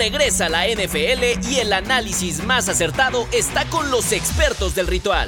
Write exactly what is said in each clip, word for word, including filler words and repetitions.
Regresa la N F L y el análisis más acertado está con los expertos del ritual.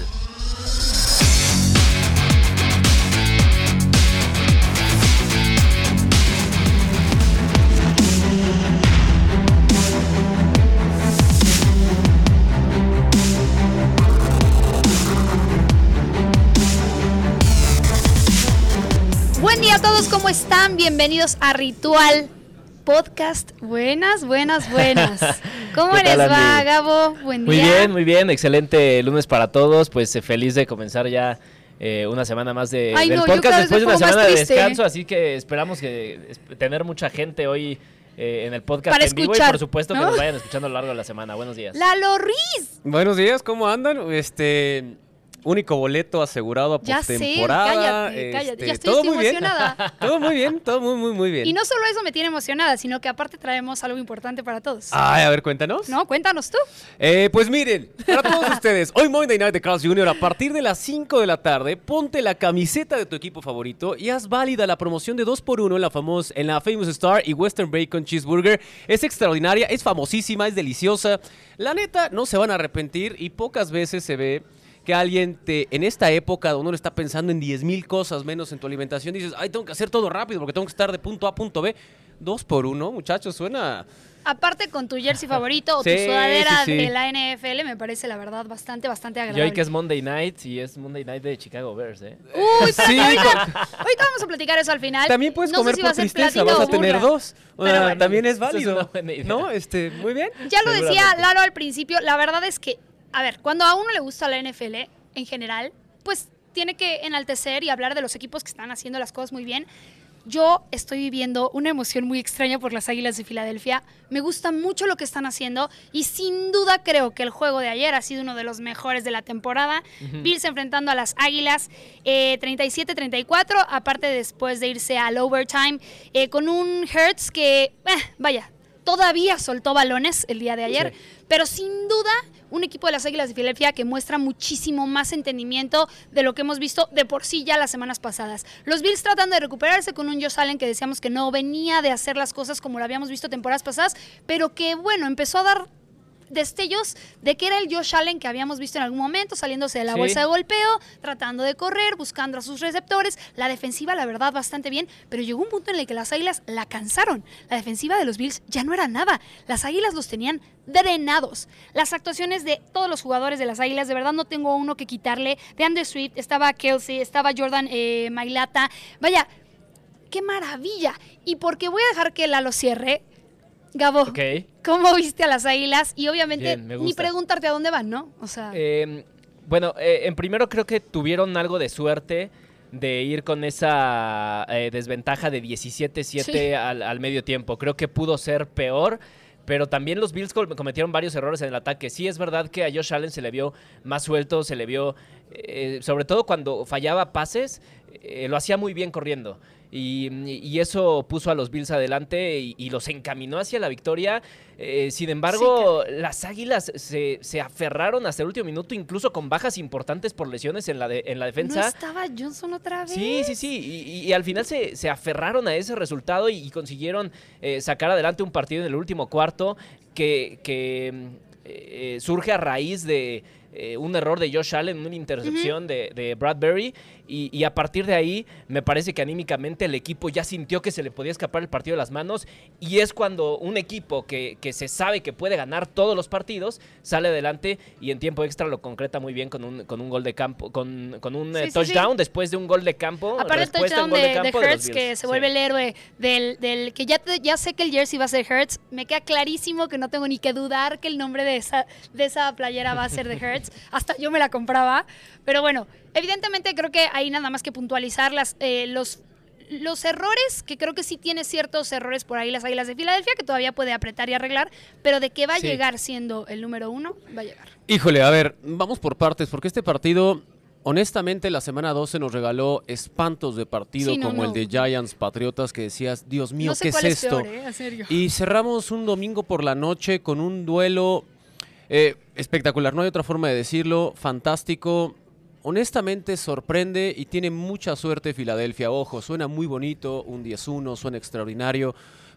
Buen día a todos, ¿cómo están? Bienvenidos a Ritual Podcast. Buenas, buenas, buenas. ¿Cómo les tal, va, Andy? Gabo? Buen Muy día. bien, muy bien. Excelente lunes para todos. Pues eh, feliz de comenzar ya eh, una semana más de, Ay, del no, yo podcast cada vez después de me una pongo más semana de triste. descanso. Así que esperamos que es, tener mucha gente hoy eh, en el podcast Para en vivo escuchar, y por supuesto ¿no? que nos vayan escuchando a lo largo de la semana. Buenos días. Lalo Ruiz. Buenos días, ¿cómo andan? Este único boleto asegurado a Ya sé, postemporada. cállate, cállate. este, Ya estoy, todo estoy muy bien. emocionada. Todo muy bien, todo muy muy muy bien. Y no solo eso me tiene emocionada, sino que aparte traemos algo importante para todos. Ay, a ver, cuéntanos. ¿No? Cuéntanos tú. Eh, pues miren, para todos ustedes, hoy Monday Night de Carl's junior a partir de las cinco de la tarde, ponte la camiseta de tu equipo favorito y haz válida la promoción de dos por uno en la, famos, en la Famous Star y Western Bacon Cheeseburger. Es extraordinaria, es famosísima, es deliciosa. La neta, no se van a arrepentir y pocas veces se ve que alguien te, en esta época donde uno está pensando en diez mil cosas menos en tu alimentación, dices, ay, tengo que hacer todo rápido porque tengo que estar de punto A a punto B. Dos por uno, muchachos, suena... Aparte con tu jersey favorito o Sí, tu sudadera sí, sí. de la N F L, me parece la verdad bastante, bastante Y agradable. hoy que es Monday Night y es Monday Night de Chicago Bears, ¿eh? Uy, pero Sí, ahorita, con- ahorita vamos a platicar eso al final. También puedes no comer sé si por va a ser tristeza, platito vas a o tener burla. dos. O Pero sea, bueno, también es eso es válido. una buena idea. ¿No? Este, muy bien. Ya lo decía Seguramente. Lalo al principio, la verdad es que, a ver, cuando a uno le gusta la N F L en general, pues tiene que enaltecer y hablar de los equipos que están haciendo las cosas muy bien. Yo estoy viviendo una emoción muy extraña por las Águilas de Filadelfia. Me gusta mucho lo que están haciendo y sin duda creo que el juego de ayer ha sido uno de los mejores de la temporada. Ujú. Bills enfrentando a las Águilas eh, treinta y siete a treinta y cuatro, aparte después de irse al overtime eh, con un Hurts que, eh, vaya, todavía soltó balones el día de ayer, Sí. pero sin duda un equipo de las Águilas de Filadelfia que muestra muchísimo más entendimiento de lo que hemos visto de por sí ya las semanas pasadas. Los Bills tratando de recuperarse con un Josh Allen que decíamos que no venía de hacer las cosas como lo habíamos visto temporadas pasadas, pero que bueno, empezó a dar destellos de que era el Josh Allen que habíamos visto en algún momento, saliéndose de la Sí. bolsa de golpeo, tratando de correr, buscando a sus receptores. La defensiva, la verdad, bastante bien, pero llegó un punto en el que las Águilas la cansaron. La defensiva de los Bills ya no era nada. Las Águilas los tenían drenados. Las actuaciones de todos los jugadores de las Águilas, de verdad no tengo uno que quitarle. De Andrew Swift, estaba Kelsey, estaba Jordan eh, Mailata. Vaya, qué maravilla. Y porque voy a dejar que Lalo cierre, Gabo, Ok. ¿cómo viste a las Águilas? Y obviamente Bien, me ni gusta. preguntarte a dónde van, ¿no? O sea, Eh, bueno, eh, en primero creo que tuvieron algo de suerte de ir con esa eh, desventaja de diecisiete siete Sí. al, al medio tiempo. Creo que pudo ser peor, pero también los Bills com- cometieron varios errores en el ataque. Sí es verdad que a Josh Allen se le vio más suelto, se le vio, eh, sobre todo cuando fallaba pases, eh, lo hacía muy bien corriendo. Y, y eso puso a los Bills adelante y, y los encaminó hacia la victoria. Eh, sin embargo, las Águilas se, se aferraron hasta el último minuto, incluso con bajas importantes por lesiones en la, de- en la ¿no defensa. estaba Johnson otra vez? Sí, sí, sí. Y, y- y al final se, se aferraron a ese resultado y, y consiguieron eh, sacar adelante un partido en el último cuarto que, que mm, eh, surge a raíz de eh, un error de Josh Allen, una intercepción uh-huh. de, de Bradbury. Y, y a partir de ahí, me parece que anímicamente el equipo ya sintió que se le podía escapar el partido de las manos. Y es cuando un equipo que, que se sabe que puede ganar todos los partidos sale adelante y en tiempo extra lo concreta muy bien con un, con un gol de campo, con, con un Sí, eh, sí, touchdown sí. después de un gol de campo. Aparte el respuesta a touchdown un gol de, de, campo de los Hurts, Bills. que se vuelve Sí. el héroe del, del que ya, te- ya sé que el jersey va a ser Hurts. Me queda clarísimo que no tengo ni que dudar que el nombre de esa, de esa playera va a ser de Hurts. Hasta yo me la compraba. Pero bueno, evidentemente creo que hay nada más que puntualizar las, eh, los, los errores, que creo que sí tiene ciertos errores por ahí las Águilas de Filadelfia, que todavía puede apretar y arreglar, pero de que va a Sí. llegar siendo el número uno, va a llegar. Híjole, a ver, vamos por partes, porque este partido, honestamente, la semana doce nos regaló espantos de partido Sí, no, como no. el de Giants Patriotas, que decías, Dios mío, No sé ¿qué cuál es es esto? peor, ¿eh? En serio. Y cerramos un domingo por la noche con un duelo eh, espectacular, no hay otra forma de decirlo, fantástico. Honestamente sorprende y tiene mucha suerte Filadelfia. Ojo, suena muy bonito, un diez uno, suena extraordinario,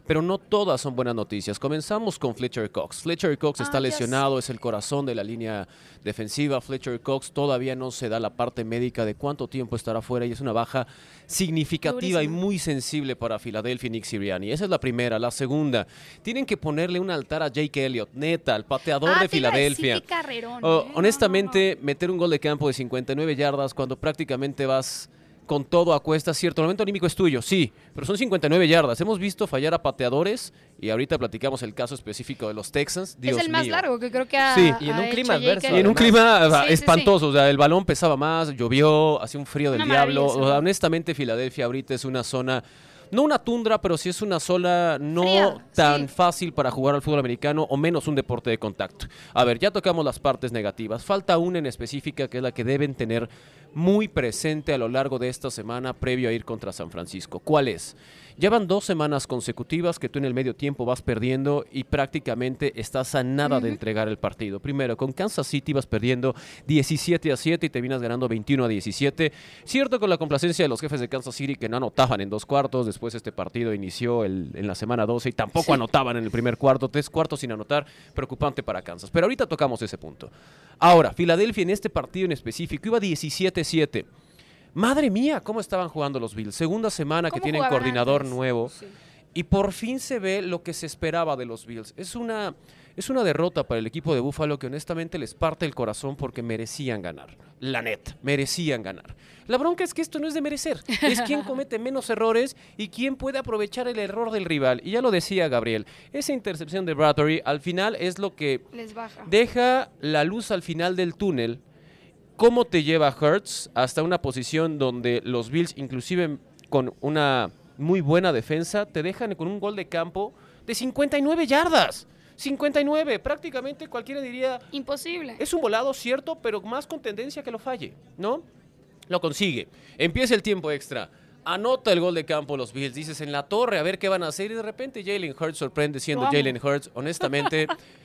pero no todas son buenas noticias. Comenzamos con Fletcher Cox. Fletcher Cox Ah, está ya lesionado, sé. es el corazón de la línea defensiva. Fletcher Cox todavía no se da la parte médica de cuánto tiempo estará fuera y es una baja significativa y Durísima. muy sensible para Filadelfia y Nick Sirianni. Esa es la primera. La segunda, tienen que ponerle un altar a Jake Elliott, neta, el pateador Ah, de te iba a decir, Filadelfia. qué carrerón, Oh, ¿eh? No, honestamente, no, no. meter un gol de campo de cincuenta y nueve yardas cuando prácticamente vas con todo a cuesta, cierto, el momento anímico es tuyo, sí, pero son cincuenta y nueve yardas. Hemos visto fallar a pateadores y ahorita platicamos el caso específico de los Texans. Dios es el más mío. largo que creo que ha, Sí. Y en ha un hecho clima Jake adverso, Y en un Elliott. clima o sea, Sí, sí, sí. espantoso, o sea, el balón pesaba más, llovió, hacía un frío del Una diablo. maravilla, O sea, sí. honestamente, Filadelfia ahorita es una zona, no una tundra, pero sí es una zona no Fría, tan sí. fácil para jugar al fútbol americano o menos un deporte de contacto. A ver, ya tocamos las partes negativas. Falta una en específica que es la que deben tener muy presente a lo largo de esta semana previo a ir contra San Francisco. ¿Cuál es? Llevan dos semanas consecutivas que tú en el medio tiempo vas perdiendo y prácticamente estás a nada Ujú. de entregar el partido. Primero, con Kansas City vas perdiendo diecisiete a siete y terminas ganando veintiuno a diecisiete. Cierto, con la complacencia de los jefes de Kansas City que no anotaban en dos cuartos. Después este partido inició el- en la semana doce y tampoco anotaban en el primer cuarto. Tres cuartos sin anotar, preocupante para Kansas. Pero ahorita tocamos ese punto. Ahora, Filadelfia en este partido en específico iba diecisiete siete. Madre mía, cómo estaban jugando los Bills. Segunda semana que ¿Cómo tienen jugaban coordinador antes? nuevo. Sí. Y por fin se ve lo que se esperaba de los Bills. Es una, es una derrota para el equipo de Buffalo que honestamente les parte el corazón porque merecían ganar. La neta, merecían ganar. La bronca es que esto no es de merecer. Es quien comete menos errores y quien puede aprovechar el error del rival. Y ya lo decía Gabriel, esa intercepción de Bradbury al final es lo que Les baja. deja la luz al final del túnel. ¿Cómo te lleva Hurts hasta una posición donde los Bills, inclusive con una muy buena defensa, te dejan con un gol de campo de cincuenta y nueve yardas? cincuenta y nueve, prácticamente cualquiera diría, Imposible. es un volado cierto, pero más con tendencia que lo falle, ¿no? Lo consigue. Empieza el tiempo extra. Anota el gol de campo los Bills. Dices en la torre a ver qué van a hacer y de repente Jalen Hurts sorprende siendo Lo amo. Jalen Hurts. Honestamente,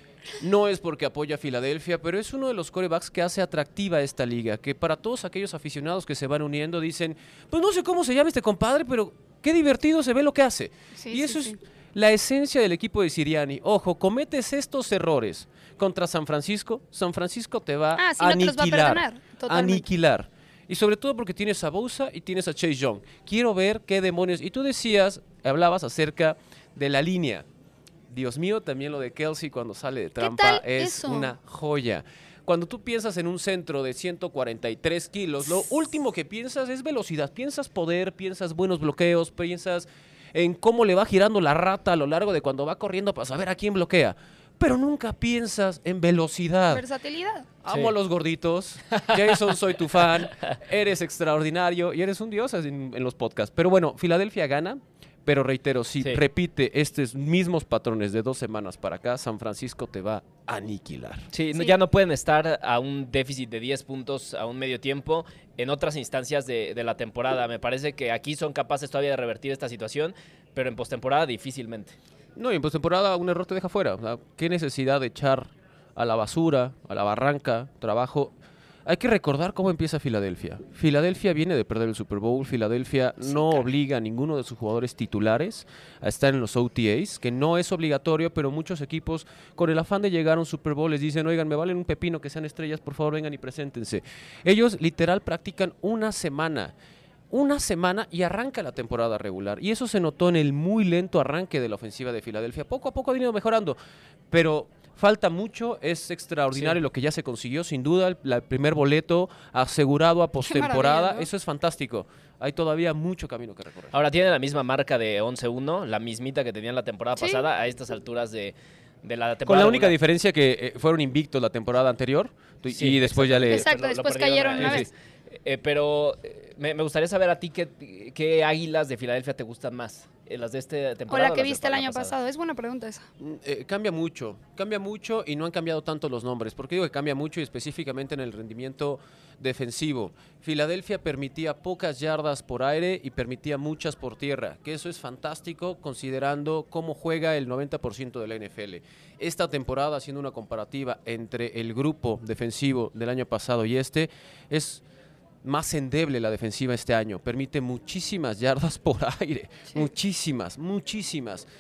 no es porque apoya a Filadelfia, pero es uno de los quarterbacks que hace atractiva esta liga. Que para todos aquellos aficionados que se van uniendo dicen, pues no sé cómo se llama este compadre, pero qué divertido se ve lo que hace. Sí, y sí, eso sí. es la esencia del equipo de Sirianni. Ojo, cometes estos errores contra San Francisco, San Francisco te va Ah, sí, a no te los va a aniquilar. perdonar, totalmente. Aniquilar. Y sobre todo porque tienes a Bosa y tienes a Chase Young. Quiero ver qué demonios. Y tú decías, hablabas acerca de la línea. Dios mío, también lo de Kelsey cuando sale de trampa tal es eso? una joya. Cuando tú piensas en un centro de ciento cuarenta y tres kilos, lo último que piensas es velocidad. Piensas poder, piensas buenos bloqueos, piensas en cómo le va girando la rata a lo largo de cuando va corriendo para saber a quién bloquea. Pero nunca piensas en velocidad. Versatilidad. Amo Sí. a los gorditos. Jason, soy tu fan. Eres extraordinario y eres un dios en, en los podcasts. Pero bueno, Filadelfia gana. Pero reitero, si Sí. repite estos mismos patrones de dos semanas para acá, San Francisco te va a aniquilar. Sí, no- Sí. ya no pueden estar a un déficit de diez puntos a un medio tiempo en otras instancias de, de la temporada. Me parece que aquí son capaces todavía de revertir esta situación, pero en postemporada difícilmente. No, y en postemporada un error te deja fuera. O sea, ¿qué necesidad de echar a la basura, a la barranca, trabajo? Hay que recordar cómo empieza Filadelfia. Filadelfia viene de perder el Super Bowl. Filadelfia no obliga a ninguno de sus jugadores titulares a estar en los O T As, que no es obligatorio, pero muchos equipos con el afán de llegar a un Super Bowl les dicen, oigan, me valen un pepino que sean estrellas, por favor vengan y preséntense. Ellos literal practican una semana. Una semana y arranca la temporada regular. Y eso se notó en el muy lento arranque de la ofensiva de Filadelfia. Poco a poco ha venido mejorando, pero falta mucho. Es extraordinario Sí. lo que ya se consiguió, sin duda. El, la- el primer boleto asegurado a postemporada. maravilla, ¿no? Eso es fantástico. Hay todavía mucho camino que recorrer. Ahora tiene la misma marca de once uno, la mismita que tenían la temporada Sí. pasada a estas alturas de, de la temporada. Con la única regular. diferencia que eh, fueron invictos la temporada anterior tu- Sí, y después ya le... Exacto, Lo- lo después perdieron cayeron a- una sí, vez. sí. Eh, pero eh, me, me gustaría saber a ti qué, qué águilas de Filadelfia te gustan más. Eh, ¿Las de esta O temporada? la o que las de viste el la año pasada? pasado. Es buena pregunta esa. Mm, eh, cambia mucho, cambia mucho y no han cambiado tanto los nombres. ¿Por qué digo que cambia mucho y específicamente en el rendimiento defensivo? Filadelfia permitía pocas yardas por aire y permitía muchas por tierra, que eso es fantástico considerando cómo juega el noventa por ciento de la N F L. Esta temporada, haciendo una comparativa entre el grupo defensivo del año pasado y este, es más endeble la defensiva este año. Permite muchísimas yardas por aire, muchísimas, muchísimas.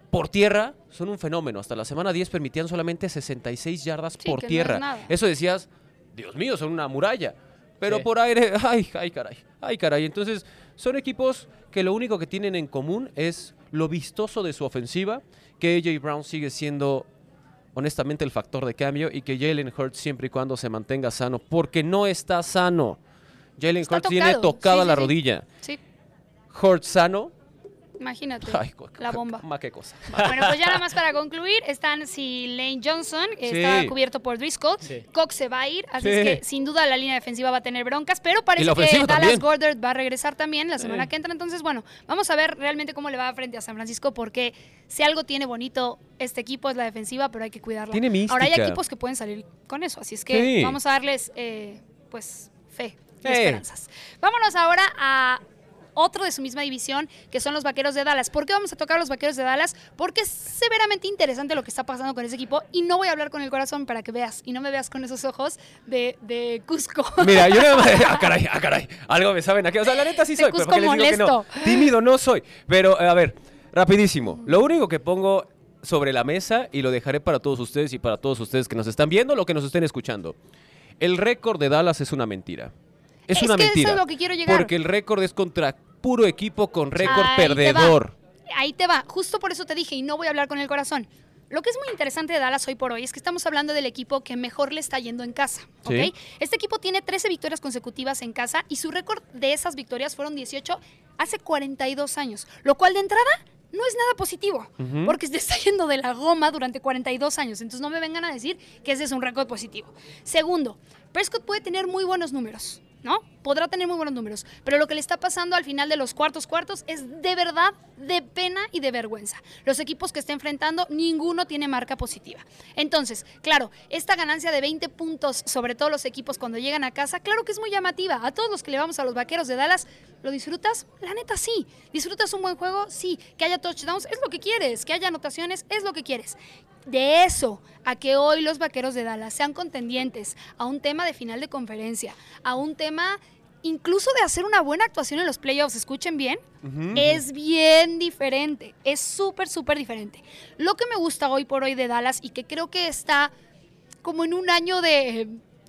por tierra son un fenómeno. Hasta la semana diez permitían solamente sesenta y seis yardas Sí, por que no tierra. es nada. Eso decías, Dios mío, son una muralla. Pero Sí. por aire, ay, ay, caray, ay, caray. Entonces, son equipos que lo único que tienen en común es lo vistoso de su ofensiva, que A J Brown sigue siendo, honestamente, el factor de cambio y que Jalen Hurts siempre y cuando se mantenga sano, porque no está sano. Jalen Está Hurts tiene tocado. tocada Sí, la sí, sí. rodilla. Sí, Hurts sano, imagínate. ay, cu- La cu- bomba. ma, qué cosa. Bueno, pues ya nada más para concluir, están si Lane Johnson, Sí. está cubierto por Driscoll, Sí. Cox se va a ir, así Sí. es que sin duda la línea defensiva va a tener broncas, pero parece Y la que ofensiva Dallas también. Goedert va a regresar también la semana Sí. que entra, entonces bueno, vamos a ver realmente cómo le va frente a San Francisco, porque si algo tiene bonito este equipo es la defensiva, pero hay que cuidarla. Tiene mística. Ahora hay equipos que pueden salir con eso, así es que Sí. vamos a darles eh, pues fe y Eh. esperanzas. Vámonos ahora a otro de su misma división, que son los Vaqueros de Dallas. ¿Por qué vamos a tocar a los Vaqueros de Dallas? Porque es severamente interesante lo que está pasando con ese equipo y no voy a hablar con el corazón para que veas y no me veas con esos ojos de, de Cusco. Mira, yo nada más, ah, caray, ah, caray, algo me saben aquí. O sea, la neta sí Te soy, pero Cusco ¿por qué les digo que no? molesto. Tímido no soy. Pero, a ver, rapidísimo. Lo único que pongo sobre la mesa, y lo dejaré para todos ustedes y para todos ustedes que nos están viendo, lo que nos estén escuchando. El récord de Dallas es una mentira. Es, Es una que eso mentira. es lo que quiero llegar. Porque el récord es contra puro equipo con récord Ahí te perdedor. va. Ahí te va. Justo por eso te dije, y no voy a hablar con el corazón. Lo que es muy interesante de Dallas hoy por hoy es que estamos hablando del equipo que mejor le está yendo en casa. ¿Ok? Sí. Este equipo tiene trece victorias consecutivas en casa y su récord de esas victorias fueron dieciocho hace cuarenta y dos años. Lo cual de entrada no es nada positivo, Ujú. porque se está yendo de la goma durante cuarenta y dos años. Entonces no me vengan a decir que ese es un récord positivo. Segundo, Prescott puede tener muy buenos números, ¿no? Podrá tener muy buenos números, pero lo que le está pasando al final de los cuartos cuartos es de verdad de pena y de vergüenza. Los equipos que está enfrentando, ninguno tiene marca positiva. Entonces, claro, esta ganancia de veinte puntos sobre todos los equipos cuando llegan a casa, claro que es muy llamativa. A todos los que le vamos a los Vaqueros de Dallas, ¿lo disfrutas? La neta sí. ¿Disfrutas un buen juego? Sí. ¿Que haya touchdowns? Es lo que quieres. ¿Que haya anotaciones? Es lo que quieres. De eso a que hoy los Vaqueros de Dallas sean contendientes a un tema de final de conferencia, a un tema incluso de hacer una buena actuación en los playoffs, escuchen bien, Ujú. es bien diferente, es súper, súper diferente. Lo que me gusta hoy por hoy de Dallas y que creo que está como en un año de...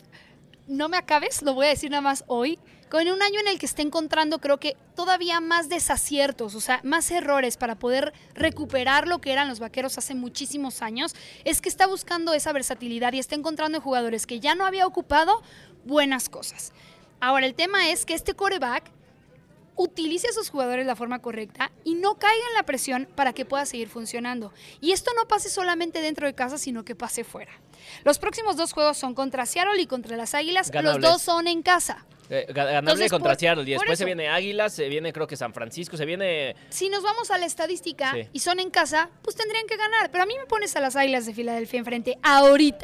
No me acabes, lo voy a decir nada más hoy, como en un año en el que está encontrando creo que todavía más desaciertos, o sea, más errores para poder recuperar lo que eran los Vaqueros hace muchísimos años, es que está buscando esa versatilidad y está encontrando en jugadores que ya no había ocupado buenas cosas. Ahora, el tema es que este quarterback utilice a sus jugadores de la forma correcta y no caiga en la presión para que pueda seguir funcionando. Y esto no pase solamente dentro de casa, sino que pase fuera. Los próximos dos juegos son contra Seattle y contra las Águilas. Ganables. Los dos son en casa. Eh, ga- ganable Entonces, contra por- Seattle y por después se eso. viene Águilas, se viene creo que San Francisco, se viene... Si nos vamos a la estadística Sí. y son en casa, pues tendrían que ganar. Pero a mí me pones a las Águilas de Filadelfia enfrente ahorita,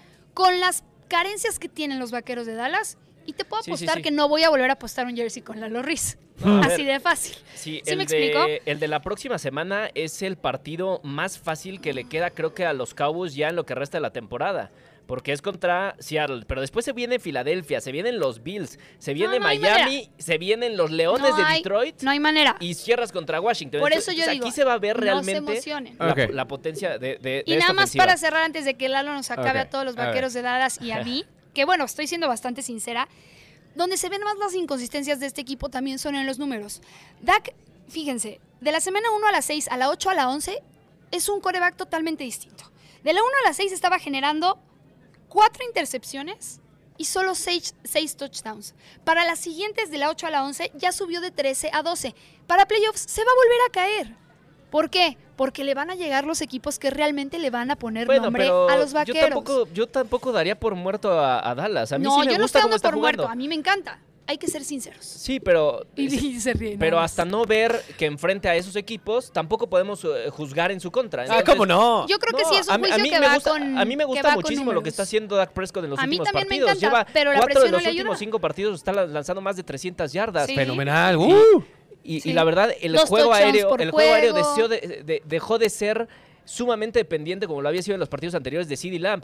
con las carencias que tienen los Vaqueros de Dallas, y te puedo Sí, sí, apostar sí. que no voy a volver a apostar un jersey con Lalo Riz. No, a Así ver. de fácil. Sí, ¿Sí el, me explico? de, el de la próxima semana es el partido más fácil que le queda, creo que a los Cowboys ya en lo que resta de la temporada. Porque es contra Seattle, pero después se viene Filadelfia, se vienen los Bills, se viene no hay Miami, se vienen los Leones No de hay- Detroit No hay manera. y cierras contra Washington. Por Entonces, eso yo digo, aquí se va a ver no se realmente emocionen. la, Ok. la potencia de, de, Y de nada esta más ofensiva. para cerrar antes de que Lalo nos acabe Ok, a todos los a ver. Vaqueros de Dallas y a mí, que bueno, estoy siendo bastante sincera, donde se ven más las inconsistencias de este equipo también son en los números. Dak, fíjense, de la semana uno a la seis, a la ocho a la once, es un quarterback totalmente distinto. De la uno a la seis estaba generando cuatro intercepciones y solo seis, seis touchdowns. Para las siguientes, de la ocho a la once, ya subió de trece a doce. Para playoffs se va a volver a caer. ¿Por qué? Porque le van a llegar los equipos que realmente le van a poner Bueno, nombre pero a los yo Vaqueros. tampoco, yo tampoco daría por muerto a, a Dallas. A mí no, sí me yo no gusta estoy cómo dando está por jugando. muerto. A mí me encanta. Hay que ser sinceros. Sí, pero... Y, y se ríe. Pero nada más. hasta no ver que enfrente a esos equipos, tampoco podemos eh, juzgar en su contra. Ah, Entonces, ¿cómo no? Yo creo que no, sí es a un mí- a juicio mí que me va gusta, con A mí me que gusta va con muchísimo lo que números. está haciendo Dak Prescott en los A mí últimos también me partidos. encanta, Lleva pero la cuatro de presión no los le últimos ayuda. cinco partidos, está la- lanzando más de trescientas yardas. Sí. Fenomenal. ¡Uh! Y, Sí. y la verdad, el Dos juego touchdowns aéreo, por el juego aéreo juego. deseó de- de- dejó de ser sumamente dependiente como lo había sido en los partidos anteriores de CeeDee Lamb.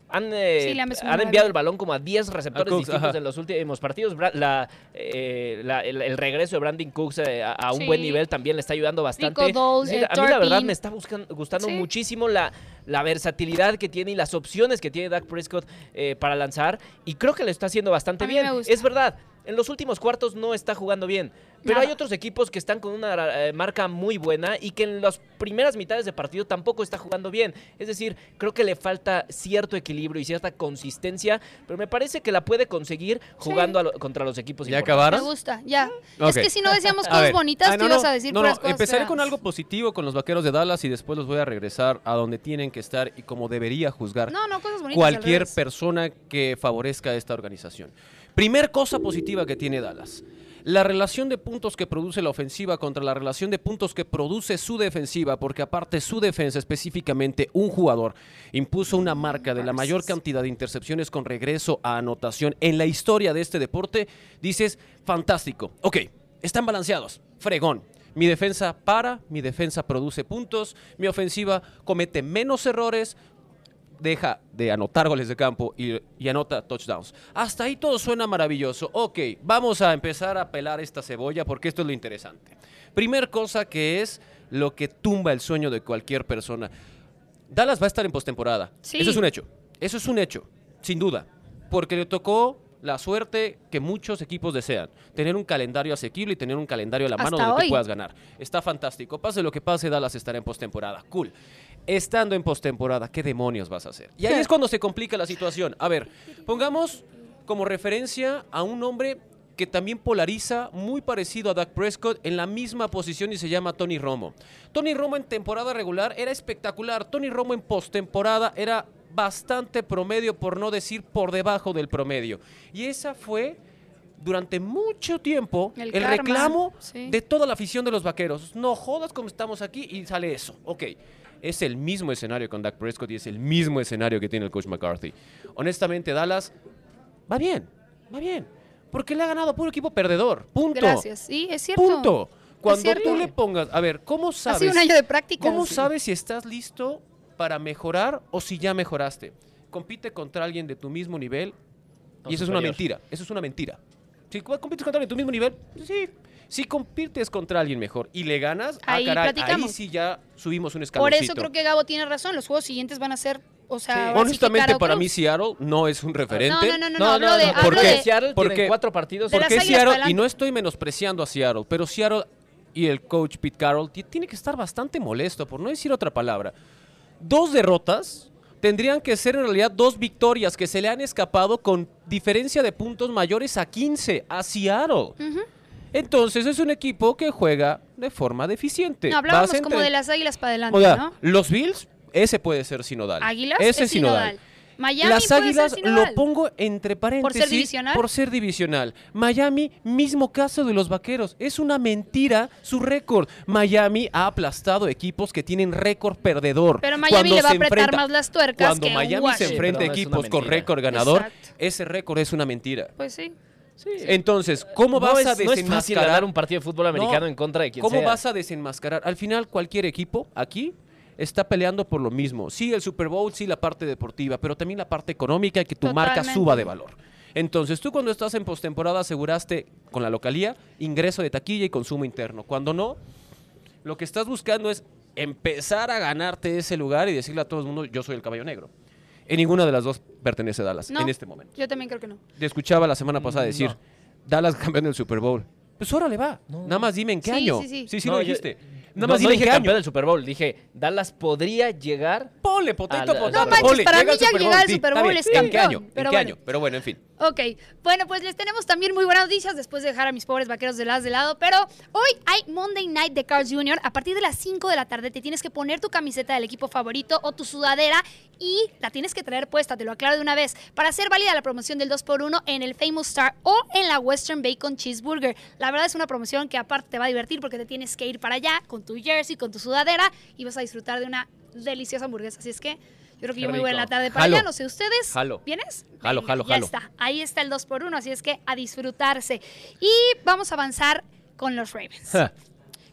Han, eh, Sí, le han han enviado el balón como a diez receptores A Cooks, distintos ajá. en los últimos partidos. Bra- La, eh, la- el, el regreso de Brandon Cooks eh, a, a un Sí. buen nivel también le está ayudando bastante. Rico Doles, Sí, eh, a mí la verdad Turpin. me está buscan- gustando Sí. muchísimo la, la versatilidad que tiene y las opciones que tiene Dak Prescott eh, para lanzar. Y creo que lo está haciendo bastante A mí bien. me gusta. Es verdad, en los últimos cuartos no está jugando bien. Pero Nada. hay otros equipos que están con una eh, marca muy buena y que en las primeras mitades de partido tampoco está jugando bien. Es decir, creo que le falta cierto equilibrio y cierta consistencia, pero me parece que la puede conseguir jugando a lo- contra los equipos ¿Ya importantes. Me acabaron? gusta, ya. Ok. Es que si no decíamos A cosas ver. bonitas, Ah, tú no, ibas no. a decir No, puras no, cosas empezaré feas. con algo positivo con los Vaqueros de Dallas y después los voy a regresar a donde tienen que estar y como debería juzgar No, no, cosas bonitas. cualquier al revés. persona que favorezca a esta organización. Primer cosa positiva que tiene Dallas. La relación de puntos que produce la ofensiva contra la relación de puntos que produce su defensiva, porque aparte su defensa, específicamente un jugador, impuso una marca de la mayor cantidad de intercepciones con regreso a anotación en la historia de este deporte, dices, fantástico. Ok, están balanceados, fregón. Mi defensa para, mi defensa produce puntos, mi ofensiva comete menos errores, deja de anotar goles de campo y, y anota touchdowns. Hasta ahí todo suena maravilloso. Ok, vamos a empezar a pelar esta cebolla porque esto es lo interesante. Primer cosa que es lo que tumba el sueño de cualquier persona. Dallas va a estar en postemporada. Sí. Eso es un hecho. Eso es un hecho, sin duda. Porque le tocó la suerte que muchos equipos desean. Tener un calendario asequible y tener un calendario a la mano Hasta donde hoy. tú puedas ganar. Está fantástico. Pase lo que pase, Dallas estará en postemporada. Cool. Estando en postemporada, ¿qué demonios vas a hacer? Y ahí es cuando se complica la situación. A ver, pongamos como referencia a un hombre que también polariza, muy parecido a Dak Prescott, en la misma posición y se llama Tony Romo. Tony Romo en temporada regular era espectacular. Tony Romo en postemporada era bastante promedio, por no decir por debajo del promedio. Y esa fue durante mucho tiempo el, El karma, reclamo sí. de toda la afición de los Vaqueros. No jodas como estamos aquí y sale eso. Ok, es el mismo escenario con Dak Prescott y es el mismo escenario que tiene el coach McCarthy. Honestamente, Dallas va bien, va bien. Porque le ha ganado a puro equipo perdedor. Punto. Gracias. Sí, es cierto. Punto. Cuando cierto. tú le pongas, a ver, ¿cómo Ha sabes? sido un año de práctica. ¿Cómo Sí. sabes si estás listo para mejorar o si ya mejoraste? Compite contra alguien de tu mismo nivel O y eso es una superior. mentira. Eso es una mentira. Si cu- compites contra alguien de tu mismo nivel, sí. Si compites contra alguien mejor y le ganas, Ahí ah, caray, ahí platicamos. sí ya subimos un Por escaloncito. eso creo que Gabo tiene razón. Los juegos siguientes van a ser, o sea, Sí. ahora sí que Honestamente, cara o para cruz. mí Seattle no es un referente. No, no, no, no, No, hablo no, de, no, hablo ¿por qué? de- Seattle Porque- tiene cuatro partidos. de ¿Por las qué Águilas Seattle? para Y no adelante. estoy menospreciando a Seattle, pero Seattle y el coach Pete Carroll ti- tiene que estar bastante molesto, por no decir otra palabra. Dos derrotas tendrían que ser en realidad dos victorias que se le han escapado con diferencia de puntos mayores a quince a Seattle. Ujú. Entonces es un equipo que juega de forma deficiente. No, hablábamos Vas como entre- de las Águilas para adelante, O sea, ¿no? los Bills, ese puede ser sinodal. Águilas ese es sinodal. Miami Las puede Águilas ser sinodal. lo pongo entre paréntesis. ser divisional? Por ser divisional. Miami, mismo caso de los Vaqueros. Es una mentira su récord. Miami ha aplastado equipos que tienen récord perdedor. Pero Miami Cuando le va a se apretar enfrenta- más las tuercas Cuando que Miami se Washington. enfrenta a Sí, pero no es equipos una con mentira. récord ganador, Exacto. ese récord es una mentira. Pues sí. Entonces, ¿cómo no vas es, a no es fácil desenmascarar? ganar un partido de fútbol americano No. en contra de quien ¿Cómo sea. vas a desenmascarar? Al final, cualquier equipo aquí está peleando por lo mismo. Sí, el Super Bowl, sí, la parte deportiva, pero también la parte económica y que tu marca Totalmente. suba de valor. Entonces, tú cuando estás en postemporada aseguraste con la localía ingreso de taquilla y consumo interno. Cuando no, lo que estás buscando es empezar a ganarte ese lugar y decirle a todo el mundo, yo soy el caballo negro. En ninguna de las dos pertenece a Dallas No. en este momento. Yo también creo que no. Te escuchaba la semana pasada Mm, decir, no. Dallas campeón del Super Bowl. Pues órale va. No. Nada más dime en qué Sí, año. sí, sí. sí, sí No, lo yo- dijiste. Nada No, más no dime en dije qué campeón año. del Super Bowl, dije Dallas podría llegar. Ponle, potato, A la- potato. No manches, ponle, para llega mí ya Super llegar al sí, Super está Bowl bien. es ¿En qué campeón, año? ¿En pero qué bueno. año? Pero bueno, en fin. Ok, bueno, pues les tenemos también muy buenas noticias después de dejar a mis pobres vaqueros de las de lado, pero hoy hay Monday Night de Carl's junior A partir de las cinco de la tarde te tienes que poner tu camiseta del equipo favorito o tu sudadera y la tienes que traer puesta, te lo aclaro de una vez, para hacer válida la promoción del dos por uno en el Famous Star o en la Western Bacon Cheeseburger. La verdad es una promoción que aparte te va a divertir porque te tienes que ir para allá con tu jersey, con tu sudadera y vas a disfrutar de una deliciosa hamburguesa. Así es que yo creo que Qué yo me voy en la rico. tarde para Jalo. allá, no sé ustedes. Jalo. ¿Vienes? Jalo, Venga, jalo, ya jalo. está. Ahí está el dos por uno, así es que a disfrutarse. Y vamos a avanzar con los Ravens. Ja.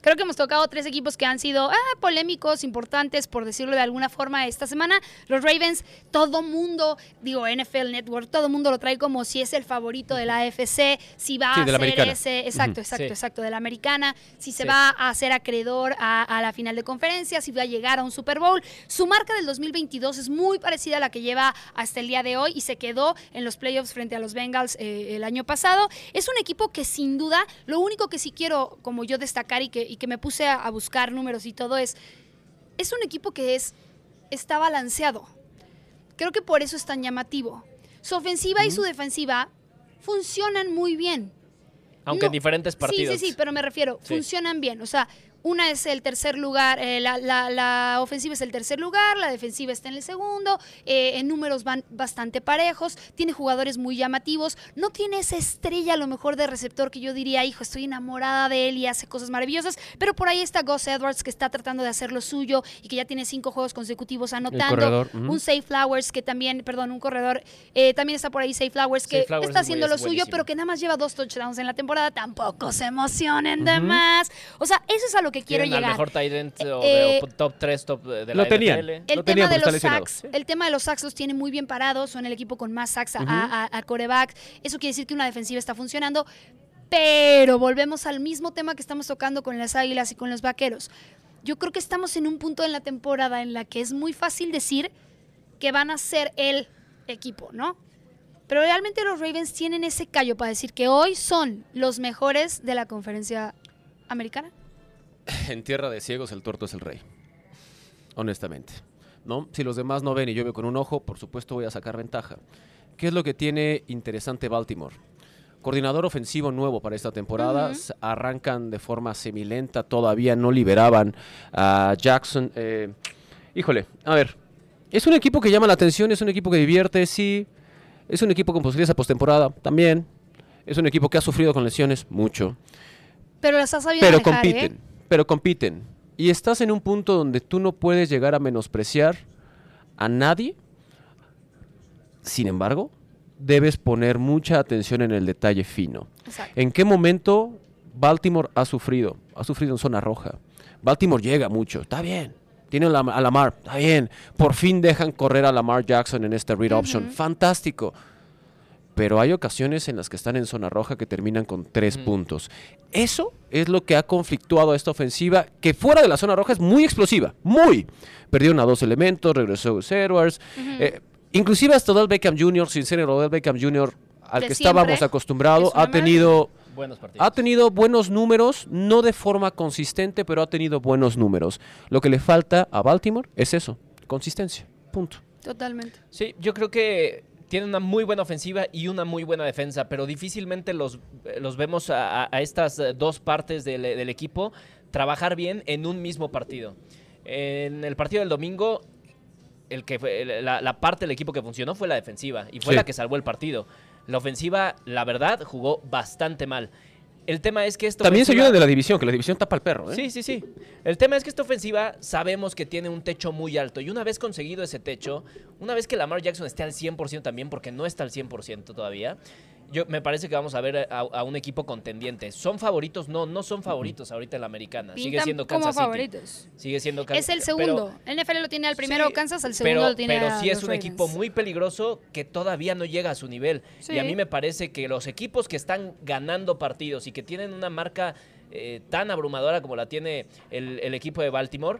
Creo que hemos tocado tres equipos que han sido ah, polémicos, importantes, por decirlo de alguna forma, esta semana. Los Ravens, todo mundo, digo, N F L Network, todo mundo lo trae como si es el favorito de la A F C, si va Sí, a de la ser americana. ese, exacto, Ujú. exacto, Sí. exacto, de la americana, si se Sí. va a ser acreedor a, a la final de conferencia, si va a llegar a un Super Bowl. Su marca del dos mil veintidós es muy parecida a la que lleva hasta el día de hoy y se quedó en los playoffs frente a los Bengals eh, el año pasado. Es un equipo que sin duda, lo único que sí quiero como yo destacar y que, y que me puse a, a buscar números y todo es, es un equipo que es, está balanceado. Creo que por eso es tan llamativo. Su ofensiva y su defensiva funcionan muy bien. Aunque No, en diferentes partidos. Sí, sí, sí, pero me refiero, Sí. funcionan bien. O sea, una es el tercer lugar, eh, la, la- la ofensiva es el tercer lugar, la defensiva está en el segundo, eh, en números van bastante parejos, tiene jugadores muy llamativos, no tiene esa estrella a lo mejor de receptor que yo diría, hijo, estoy enamorada de él y hace cosas maravillosas, pero por ahí está Gus Edwards que está tratando de hacer lo suyo y que ya tiene cinco juegos consecutivos anotando. corredor, ujú. Un Zay Flowers que también, perdón, un corredor, eh, también está por ahí Zay Flowers que Zay Flowers está es muy- haciendo lo es suyo, buenísimo. pero que nada más lleva dos touchdowns en la temporada, tampoco se emocionen de más. O sea, eso es a lo que quiero Tienen al llegar. mejor tight end o Eh, de top tres top de la Lo tenían. N F L. El Lo tema tenían de porque los está lesionado. sacks, el tema de los sacks los tiene muy bien parados, son el equipo con más sacks a, a, a quarterback. Eso quiere decir que una defensiva está funcionando, pero volvemos al mismo tema que estamos tocando con las Águilas y con los Vaqueros. Yo creo que estamos en un punto en la temporada en la que es muy fácil decir que van a ser el equipo, ¿no? Pero realmente los Ravens tienen ese callo para decir que hoy son los mejores de la conferencia americana. En tierra de ciegos el tuerto es el rey. Honestamente. ¿No? Si los demás no ven y yo veo con un ojo, por supuesto voy a sacar ventaja. ¿Qué es lo que tiene interesante Baltimore? Coordinador ofensivo nuevo para esta temporada. Ujú. S- Arrancan de forma semilenta. Todavía no liberaban a Jackson. Eh, híjole, a ver. Es un equipo que llama la atención, es un equipo que divierte, sí. Es un equipo con posibilidades a postemporada, también. Es un equipo que ha sufrido con lesiones, mucho. Pero las has sabido Pero manejar, compiten, ¿eh? pero compiten. Y estás en un punto donde tú no puedes llegar a menospreciar a nadie. Sin embargo, debes poner mucha atención en el detalle fino. Exacto. ¿En qué momento Baltimore ha sufrido? Ha sufrido en zona roja. Baltimore llega mucho, está bien. Tienen la- a Lamar, está bien. Por fin dejan correr a Lamar Jackson en este read option. Ujú. Fantástico. Pero hay ocasiones en las que están en zona roja que terminan con tres Mm. puntos. Eso es lo que ha conflictuado a esta ofensiva, que fuera de la zona roja es muy explosiva, muy. Perdieron a dos elementos, regresó Gus Edwards, eh, inclusive hasta Odell Beckham junior, sin ser el Odell Beckham junior al De que siempre, estábamos acostumbrados, es una ha tenido, Buenos partidos. ha tenido buenos números, no de forma consistente, pero ha tenido buenos números. Lo que le falta a Baltimore es eso, consistencia, punto. Totalmente. Sí, yo creo que tienen una muy buena ofensiva y una muy buena defensa, pero difícilmente los, los vemos a, a- a estas eh, dos partes del, del equipo trabajar bien en un mismo partido. En el partido del domingo, el que fue- el- la, la parte del equipo que funcionó fue la defensiva y fue Sí. la que salvó el partido. La ofensiva, la verdad, jugó bastante mal. El tema es que esta También se ofensiva- ayuda de la división, que la división tapa al perro. ¿eh? Sí, sí, sí. El tema es que esta ofensiva sabemos que tiene un techo muy alto y una vez conseguido ese techo, una vez que Lamar Jackson esté al cien por ciento también, porque no está al cien por ciento todavía, yo me parece que vamos a ver a, a un equipo contendiente. ¿Son favoritos? No, no son favoritos ahorita en la americana. Sigue Pintan siendo como Kansas City. favoritos. Sigue siendo Kansas Es el pero- segundo. el N F L lo tiene al primero Sí, Kansas, al segundo pero, lo tiene pero a sí es los un Ravens. equipo muy peligroso que todavía no llega a su nivel. Sí. Y a mí me parece que los equipos que están ganando partidos y que tienen una marca eh, tan abrumadora como la tiene el, el equipo de Baltimore,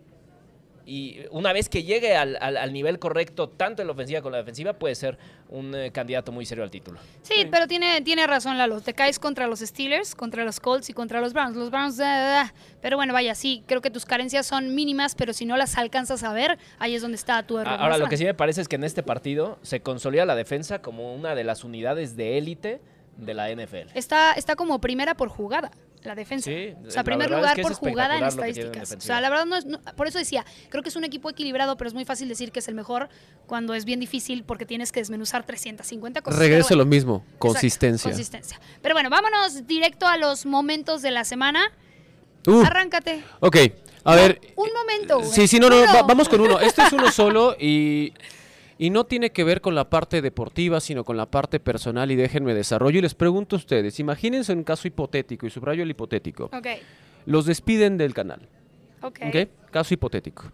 y una vez que llegue al, al- al nivel correcto, tanto en la ofensiva como en la defensiva, puede ser un eh, candidato muy serio al título. Sí, pero tiene, tiene razón Lalo. Te caes contra los Steelers, contra los Colts y contra los Browns. Los Browns, ah, ah, ah. Pero bueno, vaya, sí, creo que tus carencias son mínimas, pero si no las alcanzas a ver, ahí es donde está tu error. Ahora, más lo que grande. sí me parece es que en este partido se consolida la defensa como una de las unidades de élite de la N F L. Está, está como primera por jugada, la defensa. Sí, o sea, la primer verdad lugar es que es por jugada en espectacular lo que tienen en estadísticas. O defensiva. sea, la verdad no es, no- por eso decía, creo que es un equipo equilibrado, pero es muy fácil decir que es el mejor cuando es bien difícil porque tienes que desmenuzar trescientas cincuenta cosas. Regreso a pero lo bueno. mismo, Exacto, consistencia. consistencia. Pero bueno, vámonos directo a los momentos de la semana. Uh, Arráncate. ok, a No, ver. un momento, güey. Sí, sí, no, no, Uno. va- vamos con uno. Este es uno solo y, y no tiene que ver con la parte deportiva, sino con la parte personal. Y déjenme desarrollo. Y les pregunto a ustedes, imagínense un caso hipotético, y subrayo el hipotético. Ok. Los despiden del canal. Ok. ¿Ok? Caso hipotético.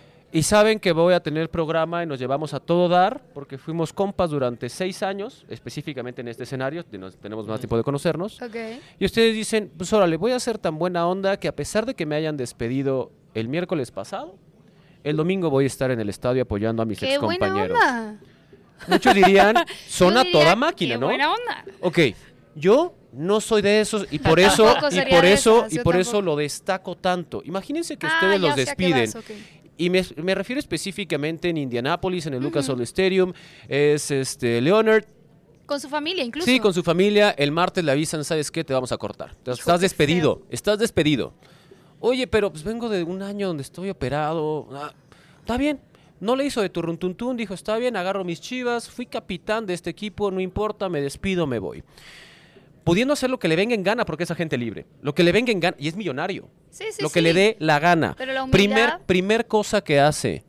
Y saben que voy a tener programa y nos llevamos a todo dar, porque fuimos compas durante seis años, específicamente en este escenario, de nos- tenemos más tiempo de conocernos. Ok. Y ustedes dicen, pues órale, voy a hacer tan buena onda que a pesar de que me hayan despedido el miércoles pasado, el domingo voy a estar en el estadio apoyando a mis ¡Qué buena excompañeros. onda! Muchos dirían, son Yo a diría, toda máquina, ¡qué ¿no? buena onda! Ok, yo no soy de esos y por eso Tampoco y sería por de eso esas, y yo por eso tampoco. lo destaco tanto. Imagínense que Ah, ustedes ya los sé a qué despiden. vas, ok. Y me, me refiero específicamente en Indianápolis, en el Lucas Oil Stadium, es este Leonard. Con su familia, incluso. Sí, con su familia. El martes le avisan, ¿sabes qué? Te vamos a cortar. Te- Hijo, estás qué despedido. Estás despedido. Oye, pero pues vengo de un año donde estoy operado. Ah, está bien. No le hizo de turruntuntún. Dijo, está bien, agarro mis chivas. Fui capitán de este equipo. No importa, me despido, me voy. Pudiendo hacer lo que le venga en gana, porque es agente libre. Lo que le venga en gana. Y es millonario. Sí, sí, lo que sí. le dé la gana. Pero la humildad- primer, primer cosa que hace.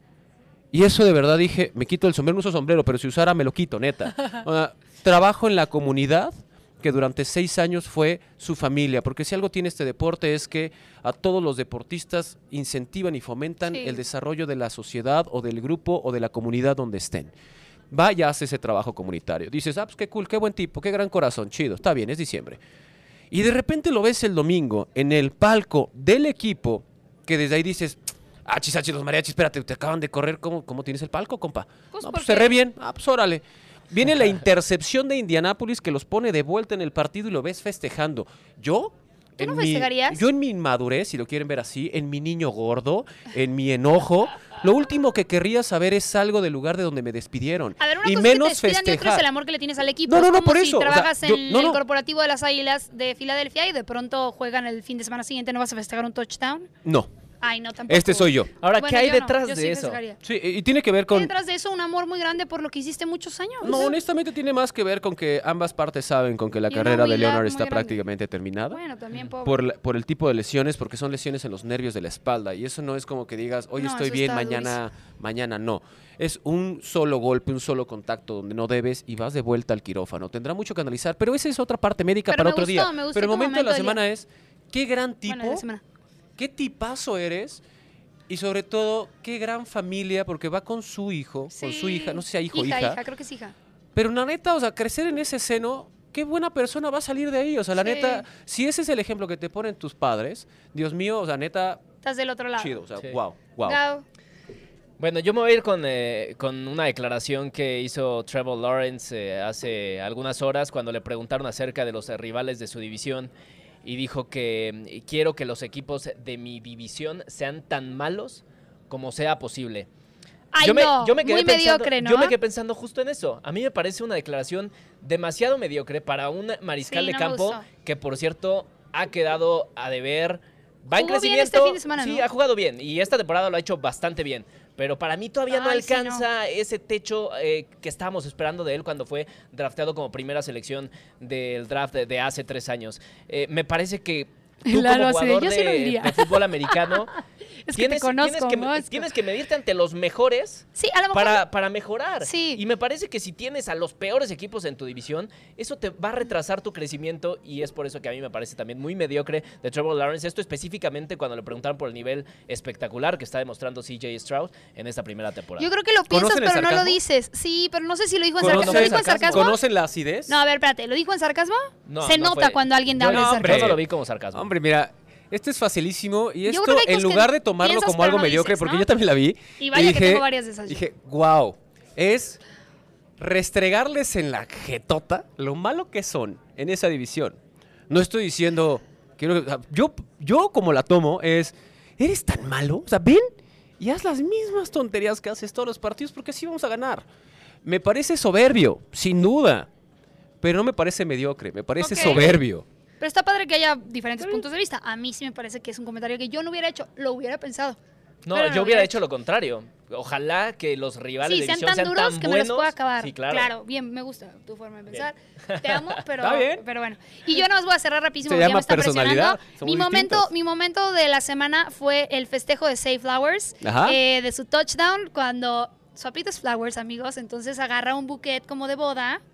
Y eso de verdad dije, me quito el sombrero, no uso sombrero, pero si usara me lo quito, neta. O sea, trabajo en la comunidad que durante seis años fue su familia, porque si algo tiene este deporte es que a todos los deportistas incentivan y fomentan Sí. el desarrollo de la sociedad o del grupo o de la comunidad donde estén. Va y hace ese trabajo comunitario. Dices, ah, pues qué cool, qué buen tipo, qué gran corazón, chido, está bien, es diciembre. Y de repente lo ves el domingo en el palco del equipo, que desde ahí dices, ah, chis, ah, chis, los mariachis, espérate, te acaban de correr, ¿cómo, cómo tienes el palco, compa? Pues, no, ¿por pues qué? cerré bien, ah, pues órale. Viene la intercepción de Indianápolis que los pone de vuelta en el partido y lo ves festejando. Yo... ¿Tú no en mi- festejarías? yo en mi inmadurez, si lo quieren ver así, en mi niño gordo, en mi enojo, lo último que querría saber es algo del lugar de donde me despidieron. A ver, una y cosa menos es que te despidan y otra es festejar. el amor que le tienes al equipo. No, no, Es no, como por si eso, o sea, trabajas yo- en no, el no. corporativo de las Águilas de Filadelfia y de pronto juegan el fin de semana siguiente, ¿no vas a festejar un touchdown? No, Ay, no, tampoco. este soy yo. Ahora, Bueno, ¿qué hay yo no, detrás yo de sí eso? festejaría. Sí, y y tiene que ver Hay con... detrás de eso un amor muy grande por lo que hiciste muchos años. No, honestamente tiene más que ver con que ambas partes saben con que la Y una carrera de humildad Leonard muy está grande. prácticamente terminada. Bueno, también pobre. Por, la- por el tipo de lesiones, porque son lesiones en los nervios de la espalda. Y eso no es como que digas, hoy No, estoy eso bien, está mañana, mañana no. Es un solo golpe, un solo contacto donde no debes y vas de vuelta al quirófano. Tendrá mucho que analizar, pero esa es otra parte médica Pero para me otro gustó, día. me gustó Pero el tu momento de la momento del semana día. es, qué gran tipo, Bueno, de la semana. qué tipazo eres. Y sobre todo, qué gran familia, porque va con su hijo, con su Sí. hija, no sé si hay hijo o hija. hija. Hija, creo que es hija. Pero la neta, o sea, crecer en ese seno, qué buena persona va a salir de ahí. O sea, la Sí. neta, si ese es el ejemplo que te ponen tus padres, Dios mío, o sea, neta, Estás del otro lado. chido. O sea, Sí. wow, wow. Gao. Bueno, yo me voy a ir con, eh, con una declaración que hizo Trevor Lawrence eh, hace algunas horas cuando le preguntaron acerca de los eh, rivales de su división y dijo que mm, quiero que los equipos de mi división sean tan malos como sea posible. Ay, yo me, no, yo me quedé muy pensando, mediocre, ¿no? Yo me quedé pensando justo en eso. A mí me parece una declaración demasiado mediocre para un mariscal Sí, de no me campo gustó. que, por cierto, ha quedado a deber. Va en Jugó bien crecimiento. este fin de semana, sí, ¿no? ha jugado bien y esta temporada lo ha hecho bastante bien. Pero para mí todavía no Ay, sí, alcanza ese techo eh, que estábamos esperando de él cuando fue drafteado como primera selección del draft de, de hace tres años. Eh, me parece que tú Lalo como así de, jugador "Yo sí lo de, diría". de fútbol americano Es que te tienes, conozco, tienes, que, Mosco. tienes que medirte ante los mejores Sí, a lo mejor. para, para mejorar. Sí. Y me parece que si tienes a los peores equipos en tu división, eso te va a retrasar tu crecimiento y es por eso que a mí me parece también muy mediocre de Trevor Lawrence. Esto específicamente cuando le preguntaron por el nivel espectacular que está demostrando C J Stroud en esta primera temporada. Yo creo que lo piensas, ¿Conocen el pero no lo sarcasmo? dices. Sí, pero no sé si lo dijo en ¿Conocen sarcasmo. ¿Lo el dijo en sarcasmo? sarcasmo? ¿Conocen la acidez? No, a ver, espérate. ¿Lo dijo en sarcasmo? No, Se no nota fue- cuando alguien yo habla no, en hombre, sarcasmo. yo no lo vi como sarcasmo. Hombre, mira, esto es facilísimo y Yo esto, creo que hay en cosas que lugar de tomarlo piensas, como algo pero no mediocre, dices, porque ¿no? yo también la vi, Y vaya que dije, tengo varias de esas yo. dije, wow, es restregarles en la jetota lo malo que son en esa división. No estoy diciendo, quiero, o sea, yo, yo como la tomo es, ¿eres tan malo? O sea, ven y haz las mismas tonterías que haces todos los partidos porque así vamos a ganar. Me parece soberbio, sin duda, pero no me parece mediocre, me parece Ok. soberbio. Pero está padre que haya diferentes puntos de vista. A mí sí me parece que es un comentario que yo no hubiera hecho. Lo hubiera pensado. No, Pero no yo lo hubiera hubiera hecho lo contrario. Ojalá que los rivales Sí, de sean división tan sean duros tan que me los buenos. pueda acabar. Sí, claro. bien, me gusta tu forma de pensar. Te amo, pero, Está bien. pero bueno. Y yo no os voy a cerrar rapidísimo Se porque ya llama me está personalidad, presionando. somos Mi momento, distintos. mi momento de la semana fue el festejo de Say Flowers, Ajá. eh, de su touchdown, cuando su apellido es Flowers, amigos, entonces agarra un buquet como de boda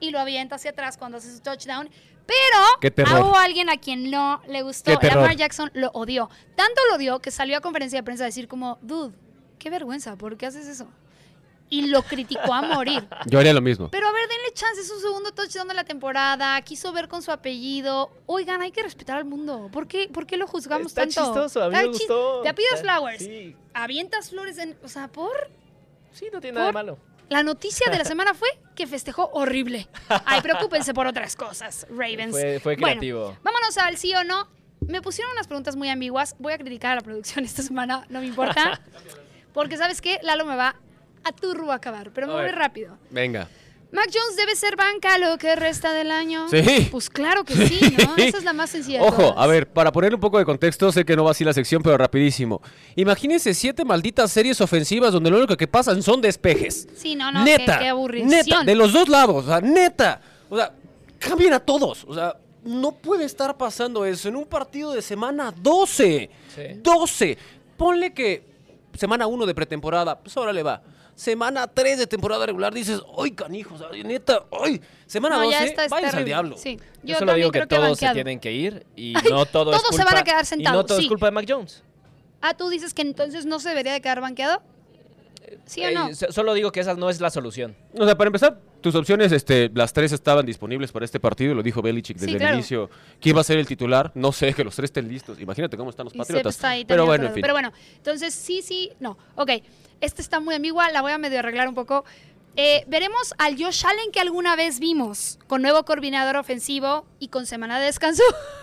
y lo avienta hacia atrás cuando hace su touchdown. Qué Pero terror. hubo alguien a quien no le gustó. Qué terror. Lamar Jackson lo odió. Tanto lo odió que salió a conferencia de prensa a decir como, dude, qué vergüenza, ¿por qué haces eso? Y lo criticó a morir. Yo haría lo mismo. Pero a ver, denle chance, es su segundo touchdown de la temporada, quiso ver con su apellido. Oigan, hay que respetar al mundo. ¿Por qué, por qué lo juzgamos Está tanto? chistoso, a mí Está me chis- gustó. Te apellidas Está- Flowers, Sí, avientas flores en... O sea, ¿por? sí, no tiene nada de Por- malo. La noticia de la semana fue que festejó horrible. Ay, preocúpense por otras cosas, Ravens. Fue, fue Bueno, creativo. vámonos al sí o no. Me pusieron unas preguntas muy ambiguas. Voy a criticar a la producción esta semana, no me importa. Porque, ¿sabes qué? Lalo me va a turbo acabar, pero me A voy ver. rápido. Venga. ¿Mac Jones debe ser banca lo que resta del año? Sí. Pues claro que sí, ¿no? Esa es la más sencilla de Ojo, todas. a ver, para poner un poco de contexto, sé que no va así la sección, pero rapidísimo. Imagínense siete malditas series ofensivas donde lo único que pasan son despejes. Sí, no, no, neta, qué, qué aburrición. neta, de los dos lados, o sea, neta. O sea, cambien a todos. O sea, no puede estar pasando eso en un partido de semana doce. Sí. doce. Ponle que semana uno de pretemporada, pues ahora le va. Semana tres de temporada regular, dices, ¡ay, canijos! Ay, neta, ¡ay! Semana No, ya doce, esta es váyanse al terrible. diablo. Sí. Yo, Yo solo también digo que creo que todos se banqueado. tienen que ir y Ay, no todo es todos se culpa, van a quedar y no sentados, todo sí. es culpa de Mac Jones. Ah, ¿tú dices que entonces no se debería de quedar banqueado? ¿Sí o no? Eh, so- solo digo que esa no es la solución. O sea, para empezar, tus opciones, este, las tres estaban disponibles para este partido, lo dijo Belichick desde Sí, claro. el inicio. ¿Quién va a ser el titular? No sé, que los tres estén listos. Imagínate cómo están los Y Patriotas. Sepp está ahí Pero también bueno, en atorado. fin. Pero bueno, entonces sí, sí, no. Ok, esta está muy ambigua, la voy a medio arreglar un poco. Eh, veremos al Josh Allen que alguna vez vimos, con nuevo coordinador ofensivo y con semana de descanso.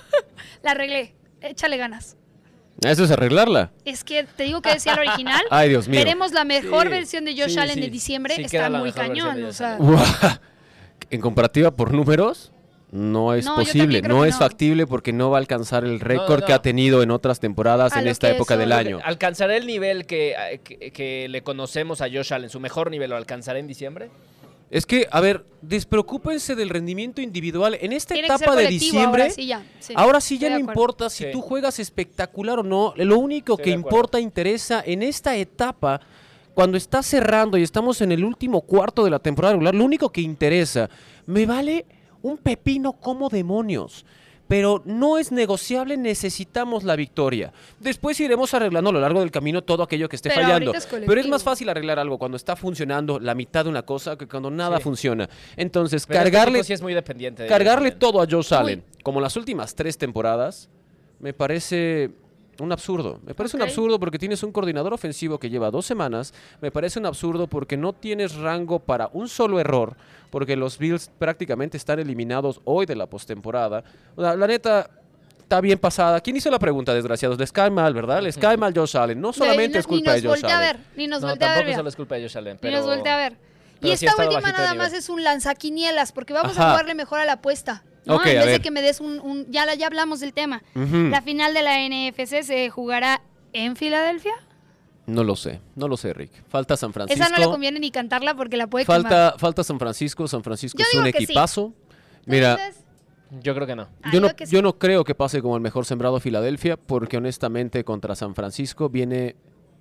La arreglé, échale ganas. Eso es arreglarla. Es que te digo que decía el original. Ay, Dios mío. Veremos la mejor Sí, versión de Josh sí, Allen sí. de diciembre. Sí Está queda la muy mejor versión cañón. de O Josh sea, Allen. Guau. En comparativa por números, no es No, yo posible. también creo No que es no. factible porque no va a alcanzar el récord no. que ha tenido en otras temporadas A en lo esta que época son. del año. ¿Alcanzará el nivel que, eh, que, que le conocemos a Josh Allen? ¿Su mejor nivel lo alcanzará en diciembre? Es que, a ver, despreocúpense del rendimiento individual. En esta tiene que ser etapa de colectivo, diciembre, ahora sí ya. Sí, ahora sí ya estoy no de acuerdo. importa si Sí. tú juegas espectacular o no. Lo único Estoy que de acuerdo. importa, interesa en esta etapa, cuando está cerrando y estamos en el último cuarto de la temporada regular, lo único que interesa, me vale un pepino como demonios. Pero no es negociable, necesitamos la victoria. Después iremos arreglando a lo largo del camino todo aquello que esté Pero fallando. ahorita es Pero es colectivo. más fácil arreglar algo cuando está funcionando la mitad de una cosa que cuando nada Sí. funciona. Entonces, Pero este cargarle, equipo sí es muy dependiente de cargarle Josh Allen. todo a Josh Allen, como las últimas tres temporadas, me parece un absurdo. Me parece Ok. un absurdo porque tienes un coordinador ofensivo que lleva dos semanas. Me parece un absurdo porque no tienes rango para un solo error, porque los Bills prácticamente están eliminados hoy de la postemporada. O sea, la neta, está bien pasada. ¿Quién hizo la pregunta, desgraciados? Les cae mal, ¿verdad? Les cae mal Josh Allen. No solamente Ni- es culpa ni de nos Josh voltea a Allen. ver, ni nos No, voltea a ver. tampoco mira. solo es culpa de Josh Allen. Ni Pero... nos voltea a ver. Y pero sí esta estaba última bajito de nada nivel. más es un lanzaquinielas, porque vamos Ajá. a jugarle mejor a la apuesta. ¿no? Ok, en a vez de ver. que me des un... un- ya, la- ya hablamos del tema. Ujú. La final de la N F C se jugará en Filadelfia. No lo sé, no lo sé, Rick. Falta San Francisco. Esa no le conviene ni cantarla porque la puede quemar. falta, falta San Francisco. San Francisco Yo es digo un que sí. equipazo. Mira, Entonces, Yo creo que no. ah, yo no, digo que sí. yo no creo que pase como el mejor sembrado Filadelfia, porque honestamente contra San Francisco viene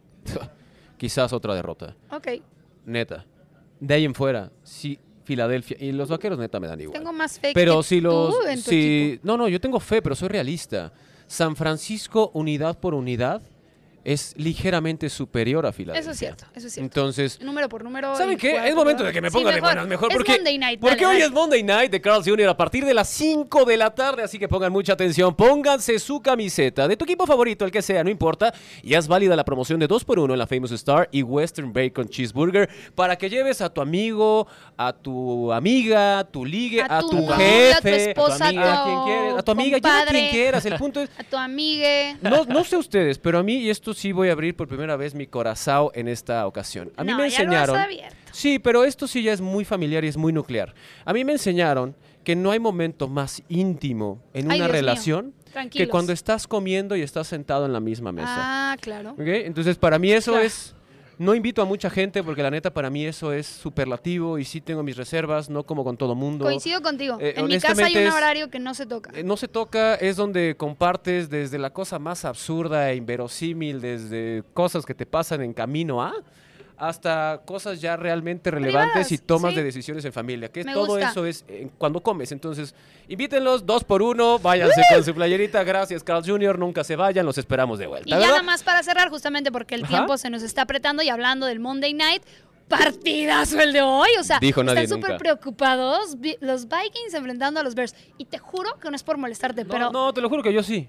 quizás otra derrota. Ok. Neta. De ahí en fuera, sí, Filadelfia. Y los vaqueros neta me dan igual. Tengo más fe Pero que si los. tú en tu si- equipo. no, no, yo tengo fe, pero soy realista. San Francisco, unidad por unidad, es ligeramente superior a Filadelfia. Eso es cierto, eso es cierto. Entonces, Número por número. ¿saben y qué? jugador Es por momento jugador. de que me Sí, ponga de mejor. buenas mejor. Es Porque, Monday Night, porque dale, hoy dale. es Monday Night de Carl's junior a partir de las cinco de la tarde. Así que pongan mucha atención. Pónganse su camiseta de tu equipo favorito, el que sea, no importa. Y haz válida la promoción de dos por uno en la Famous Star y Western Bacon Cheeseburger para que lleves a tu amigo, a tu amiga, a tu ligue, a, A tu tu novia, jefe, a tu esposa, a, tu amiga, a a quien tu quieras, a tu amiga, lleva a quien compadre. quieras. El punto es. A tu amigue. No, no sé ustedes, pero a mí, y esto sí voy a abrir por primera vez mi corazón en esta ocasión. A mí No, me ya lo has enseñaron. abierto. Sí, pero esto sí ya es muy familiar y es muy nuclear. A mí me enseñaron que no hay momento más íntimo en Ay, una Dios mío. relación que Tranquilos. cuando estás comiendo y estás sentado en la misma mesa. Ah, claro. ¿Ok? Entonces, para mí eso Claro. es. No invito a mucha gente porque la neta para mí eso es superlativo y sí tengo mis reservas, no como con todo mundo. Coincido contigo. Eh, en mi casa hay honestamente un es- horario que no se toca. Eh, No se toca, es donde compartes desde la cosa más absurda e inverosímil, desde cosas que te pasan en camino a, hasta cosas ya realmente relevantes Privadas, y tomas sí. de decisiones en familia, que Me todo gusta. eso es eh, cuando comes. Entonces, invítenlos dos por uno, váyanse con su playerita. Gracias, Carl junior Nunca se vayan, los esperamos de vuelta. Y ya ¿verdad? nada más para cerrar, justamente porque el Ajá. tiempo se nos está apretando y hablando del Monday Night, partidazo el de hoy. O sea, Dijo nadie están súper nunca. preocupados vi- los Vikings enfrentando a los Bears. Y te juro que no es por molestarte, No, pero no, te lo juro que yo sí.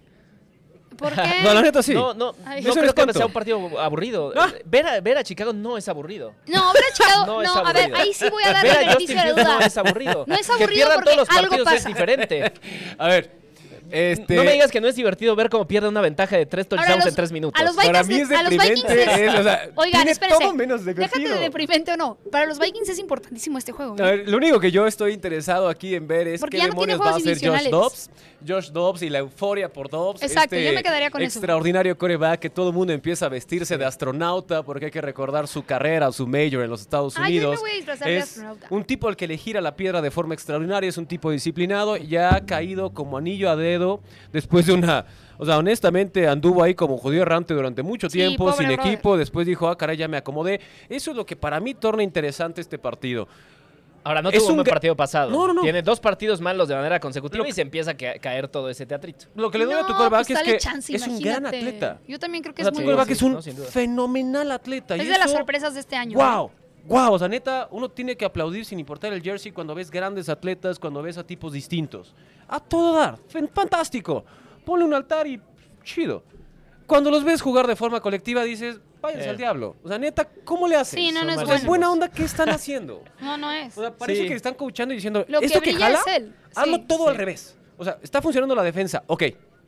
¿por qué? No, la neta sí. No, no, Ay. no Eso creo eres que tonto. sea un partido aburrido. Ah. Eh, Ver, a, ver a Chicago no es aburrido. No, ver a Chicago, No no, es a ver, aburrido. ahí sí voy a darle Ver el a Justin beneficio de Fields duda. no es aburrido. No es Que aburrido pierdan porque todos los algo partidos es pasa. diferente. A ver, este... No me digas que no es divertido ver cómo pierde una ventaja de tres Ahora, touchdowns los- en tres minutos. A los Para Vikings, mí es a los Vikings deprimente, es, o sea, Oigan, tiene espérense. todo menos divertido. Déjate de deprimente o no. Para los Vikings es importantísimo este juego. A ¿eh? ver, lo único que yo estoy interesado aquí en ver es Porque qué ya no tiene demonios va a juegos hacer Josh divisionales. Dobbs. Josh Dobbs y la euforia por Dobbs. Exacto, este yo me quedaría con eso. extraordinario coreback que todo el mundo empieza a vestirse de astronauta porque hay que recordar su carrera, su major en los Estados Ah, yo me Unidos. voy a disfrazar de es astronauta. un tipo al que le gira la piedra de forma extraordinaria, es un tipo disciplinado y ya ha caído como anillo a dedo después de una... O sea, honestamente anduvo ahí como judío errante durante mucho Sí, tiempo, pobre sin brother. equipo, después dijo, ah, caray, ya me acomodé. Eso es lo que para mí torna interesante este partido. Ahora, no Es tuvo un un buen ga- partido pasado. No, no, no. Tiene dos partidos malos de manera consecutiva Lo y se empieza a ca- caer todo ese teatrito. Lo que le doy a tu No, quarterback pues es dale que chance, es un gran imagínate. atleta. Yo también creo que O sea, es tu muy quarterback bueno. es un no, sin duda. fenomenal atleta. Es y de las eso- sorpresas de este año. Wow, ¿eh? wow, o sea, neta, uno tiene que aplaudir sin importar el jersey cuando ves grandes atletas, cuando ves a tipos distintos. A todo dar, Fan- fantástico. Ponle un altar y chido. Cuando los ves jugar de forma colectiva dices, váyanse Eh. al diablo. O sea, neta, ¿cómo le haces? Sí, no, no es O sea, bueno. en buena onda, ¿qué están haciendo? No, no es. O sea, parece Sí. que están coachando y diciendo, Lo que ¿esto que brilla jala? es él. Hazlo Sí. todo Sí. al revés. O sea, está funcionando la defensa. Ok,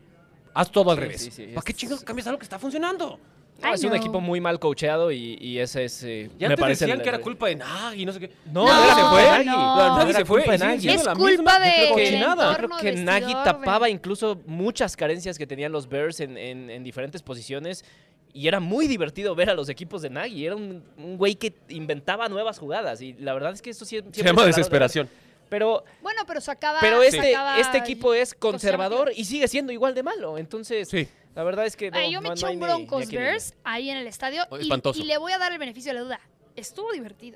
haz todo al Sí, revés. sí, sí, ¿Para qué es- chingados cambias algo que está funcionando? No, Ay, es un no. equipo muy mal coacheado y, y ese es. eh, Ya me antes parece decían el- que era culpa de Nagy y no sé qué. No, No, Nagy se fue. no. Nagy. No, Nagy era se fue culpa de y sigue Nagy. siendo Es la culpa misma de- cochinada. del Yo creo que entorno, Nagy vestidor, tapaba de- incluso muchas carencias que tenían los Bears en, en- en diferentes posiciones. Y era muy divertido ver a los equipos de Nagy. Era un, un güey que inventaba nuevas jugadas. Y la verdad es que eso sí, siempre Se llama raro de ver. desesperación. Pero, Bueno, pero sacaba. pero este, sacaba- este equipo es ¿cómo se llama? conservador y sigue siendo igual de malo. Entonces, Sí. la verdad es que no, Ay, yo me no- eché no hay un ni- Broncos ni equilibrio. Bears ahí en el estadio Oh, y, espantoso. y le voy a dar el beneficio de la duda. Estuvo divertido.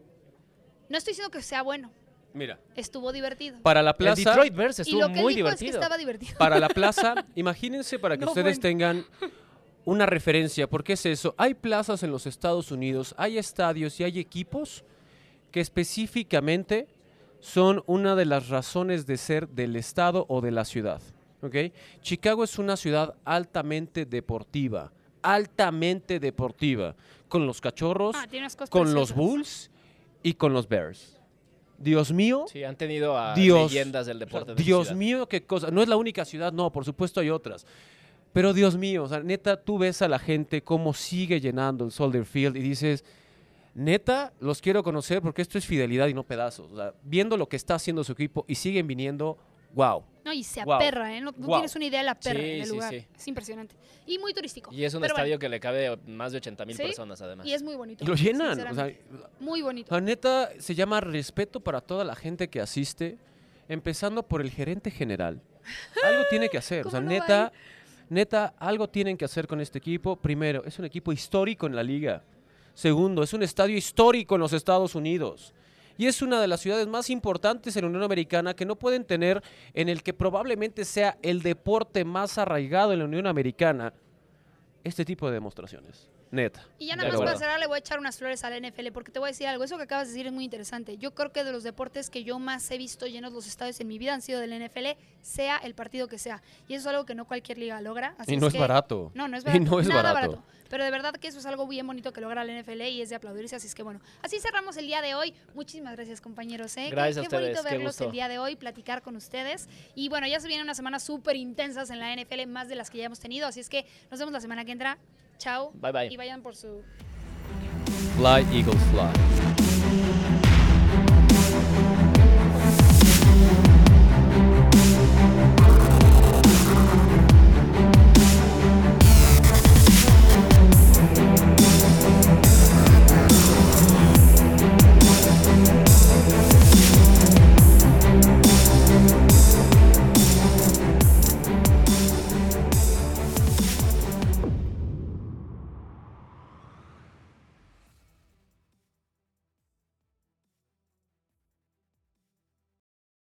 No estoy diciendo que sea bueno, Mira, estuvo divertido. para la El plaza, Detroit Bears Y estuvo lo que muy él dijo es divertido. que estaba divertido. para la plaza, imagínense para que No, ustedes bueno. tengan una referencia, porque es eso, hay plazas en los Estados Unidos, hay estadios y hay equipos que específicamente son una de las razones de ser del estado o de la ciudad, ¿ok? Chicago es una ciudad altamente deportiva, altamente deportiva, con los cachorros, Ah, tiene unas cosas con los preciosas. Bulls y con los Bears. Dios mío, Sí, han tenido a Dios, leyendas del deporte. de su Dios ciudad. mío, qué cosa. No es la única ciudad, no, por supuesto hay otras. Pero Dios mío, o sea, neta, tú ves a la gente cómo sigue llenando el Soldier Field y dices, neta, los quiero conocer porque esto es fidelidad y no pedazos. O sea, viendo lo que está haciendo su equipo y siguen viniendo, wow. No, y se Wow. aperra, ¿eh? No, no Wow. tienes una idea de la perra Sí, en el sí, lugar. sí. Es impresionante. Y muy turístico. Y es un Pero bueno, estadio que le cabe más de ochenta mil Sí, personas, además. y es muy bonito. Y lo llenan. O sea, sinceramente. Muy bonito. la neta, se llama respeto para toda la gente que asiste, empezando por el gerente general. Algo tiene que hacer. O sea, ¿Cómo no neta, neta, algo tienen que hacer con este equipo. Primero, es un equipo histórico en la liga. Segundo, es un estadio histórico en los Estados Unidos. Y es una de las ciudades más importantes en la Unión Americana que no pueden tener en el que probablemente sea el deporte más arraigado en la Unión Americana este tipo de demostraciones. Neta. Y ya nada De más para acuerdo. cerrar le voy a echar unas flores a la N F L porque te voy a decir algo, eso que acabas de decir es muy interesante. Yo creo que de los deportes que yo más he visto llenos los estadios en mi vida han sido del N F L, sea el partido que sea. Y eso es algo que no cualquier liga logra. Así Y no es que- barato. No, no es Y barato. no es nada barato. Pero de verdad que eso es algo bien bonito que logra la N F L y es de aplaudirse. Así es que bueno, así cerramos el día de hoy. Muchísimas gracias, compañeros. ¿eh? Qué- Gracias a qué, ustedes, bonito qué verlos gusto. el día de hoy, platicar con ustedes. Y bueno, ya se vienen unas semanas súper intensas en la N F L, más de las que ya hemos tenido. Así es que nos vemos la semana que entra. Chao. Bye, bye. Y vayan por su... Fly, Eagles, fly.